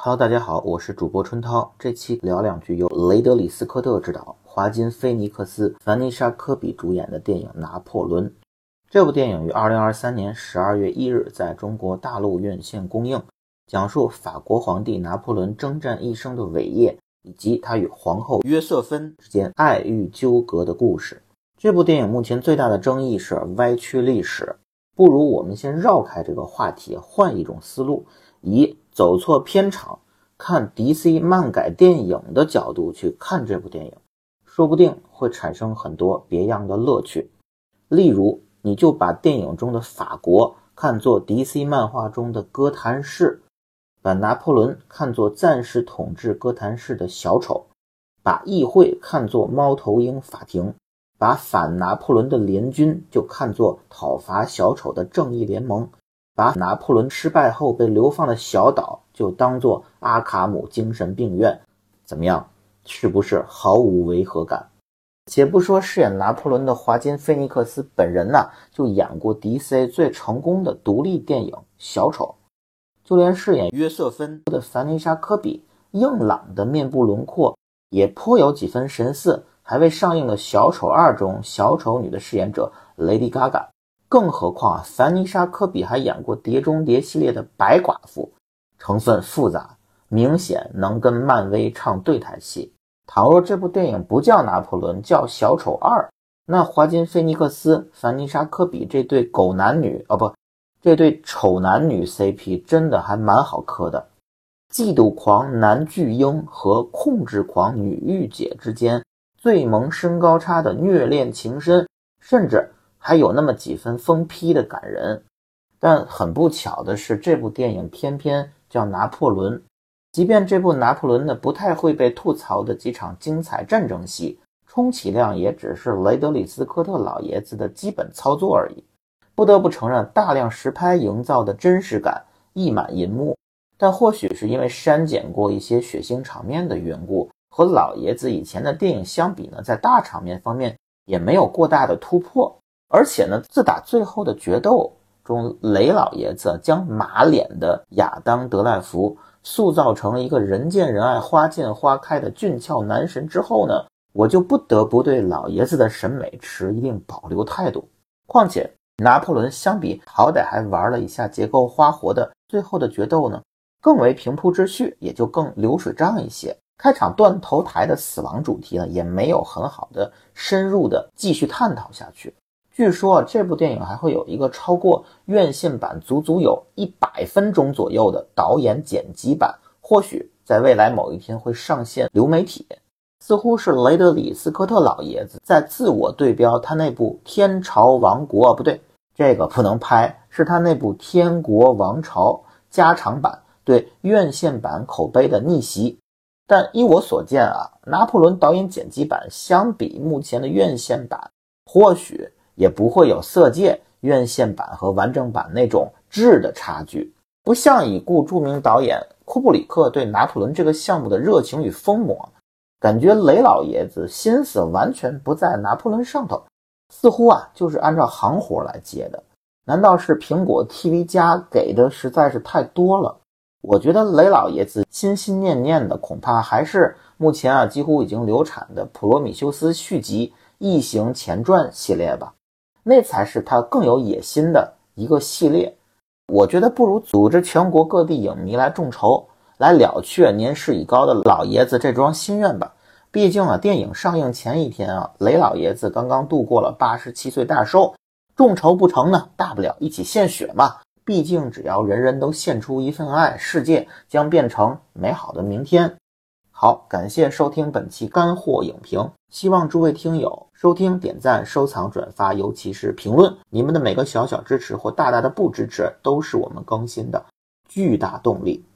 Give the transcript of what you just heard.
Hello， 大家好，我是主播春涛。这期聊两句由雷德里·斯科特执导、华金·菲尼克斯、凡妮莎·科比主演的电影《拿破仑》。这部电影于2023年12月1日在中国大陆院线公映，讲述法国皇帝拿破仑征战一生的伟业，以及他与皇后约瑟芬之间爱欲纠葛的故事。这部电影目前最大的争议是歪曲历史，不如我们先绕开这个话题，换一种思路，以走错片场看 DC 漫改电影的角度去看这部电影，说不定会产生很多别样的乐趣。例如，你就把电影中的法国看作 DC 漫画中的哥谭市，把拿破仑看作暂时统治哥谭市的小丑，把议会看作猫头鹰法庭，把反拿破仑的联军就看作讨伐小丑的正义联盟，把拿破仑失败后被流放的小岛就当作阿卡姆精神病院，怎么样？是不是毫无违和感？且不说饰演拿破仑的华金·菲尼克斯本人就演过 DC 最成功的独立电影《小丑》，就连饰演约瑟芬的凡妮莎·科比硬朗的面部轮廓也颇有几分神似还未上映的《小丑2》中小丑女的饰演者 Lady Gaga。更何况凡妮莎·科比还演过《碟中谍》系列的白寡妇，成分复杂，明显能跟漫威唱对台戏。倘若这部电影不叫拿破仑，叫小丑2，那华金·菲尼克斯、凡妮莎·科比这对狗男女这对丑男女 CP 真的还蛮好磕的。嫉妒狂男巨婴和控制狂女御姐之间最萌身高差的虐恋情深，甚至还有那么几分疯批的感人。但很不巧的是，这部电影偏偏叫拿破仑。即便这部拿破仑不太会被吐槽的几场精彩战争戏，充其量也只是雷德里斯科特老爷子的基本操作而已。不得不承认，大量实拍营造的真实感溢满银幕，但或许是因为删减过一些血腥场面的缘故，和老爷子以前的电影相比在大场面方面也没有过大的突破。而且自打最后的决斗中，雷老爷子将马脸的亚当·德赖福塑造成一个人见人爱花见花开的俊俏男神之后我就不得不对老爷子的审美持一定保留态度。况且拿破仑相比好歹还玩了一下结构花活的最后的决斗更为平铺直叙，也就更流水账一些。开场断头台的死亡主题也没有很好的深入的继续探讨下去。据说这部电影还会有一个超过院线版足足有100分钟左右的导演剪辑版，或许在未来某一天会上线流媒体。似乎是雷德里斯科特老爷子在自我对标他那部天朝王国，不对，这个不能拍，是他那部天国王朝加长版对院线版口碑的逆袭。但依我所见拿破仑导演剪辑版相比目前的院线版，或许也不会有色戒院线版和完整版那种质的差距。不像已故著名导演库布里克对拿破仑这个项目的热情与疯魔，感觉雷老爷子心思完全不在拿破仑上头，似乎就是按照行活来接的。难道是苹果 TV 加给的实在是太多了？我觉得雷老爷子心心念念的恐怕还是目前几乎已经流产的普罗米修斯续集异形前传系列吧，那才是他更有野心的一个系列。我觉得不如组织全国各地影迷来众筹，来了却年事已高的老爷子这桩心愿吧。毕竟电影上映前一天雷老爷子刚刚度过了87岁大寿，众筹不成大不了一起献血嘛。毕竟只要人人都献出一份爱，世界将变成美好的明天。好，感谢收听本期干货影评，希望诸位听友收听、点赞、收藏、转发，尤其是评论，你们的每个小小支持或大大的不支持都是我们更新的巨大动力。